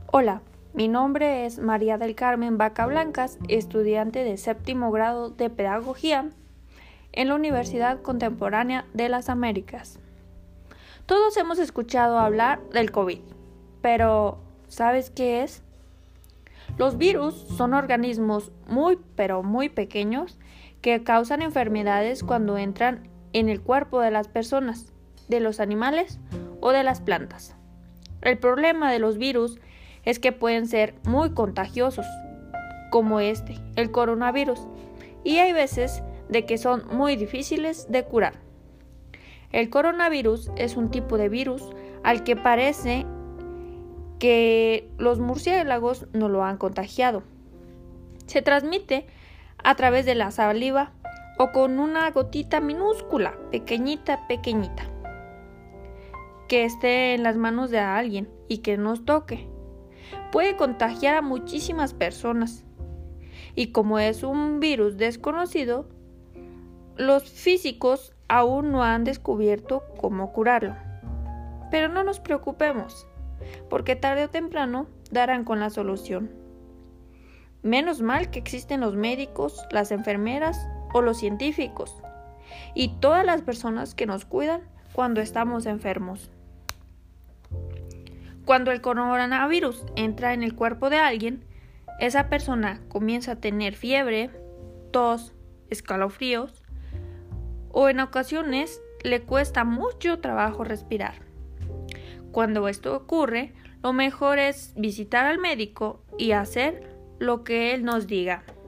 Hola, mi nombre es María del Carmen Vaca Blancas, estudiante de séptimo grado de Pedagogía en la Universidad Contemporánea de las Américas. Todos hemos escuchado hablar del COVID, pero ¿sabes qué es? Los virus son organismos muy pequeños que causan enfermedades cuando entran en el cuerpo de las personas, de los animales o de las plantas. El problema de los virus es que pueden ser muy contagiosos, como el coronavirus, y hay veces de que son muy difíciles de curar. El coronavirus es un tipo de virus al que parece que los murciélagos no lo han contagiado. Se transmite a través de la saliva o con una gotita minúscula, pequeñita, que esté en las manos de alguien y que nos toque. Puede contagiar a muchísimas personas. Y como es un virus desconocido, los físicos aún no han descubierto cómo curarlo. Pero no nos preocupemos, porque tarde o temprano darán con la solución. Menos mal que existen los médicos, las enfermeras o los científicos, y todas las personas que nos cuidan cuando estamos enfermos. Cuando el coronavirus entra en el cuerpo de alguien, esa persona comienza a tener fiebre, tos, escalofríos, o en ocasiones le cuesta mucho trabajo respirar. Cuando esto ocurre, lo mejor es visitar al médico y hacer lo que él nos diga.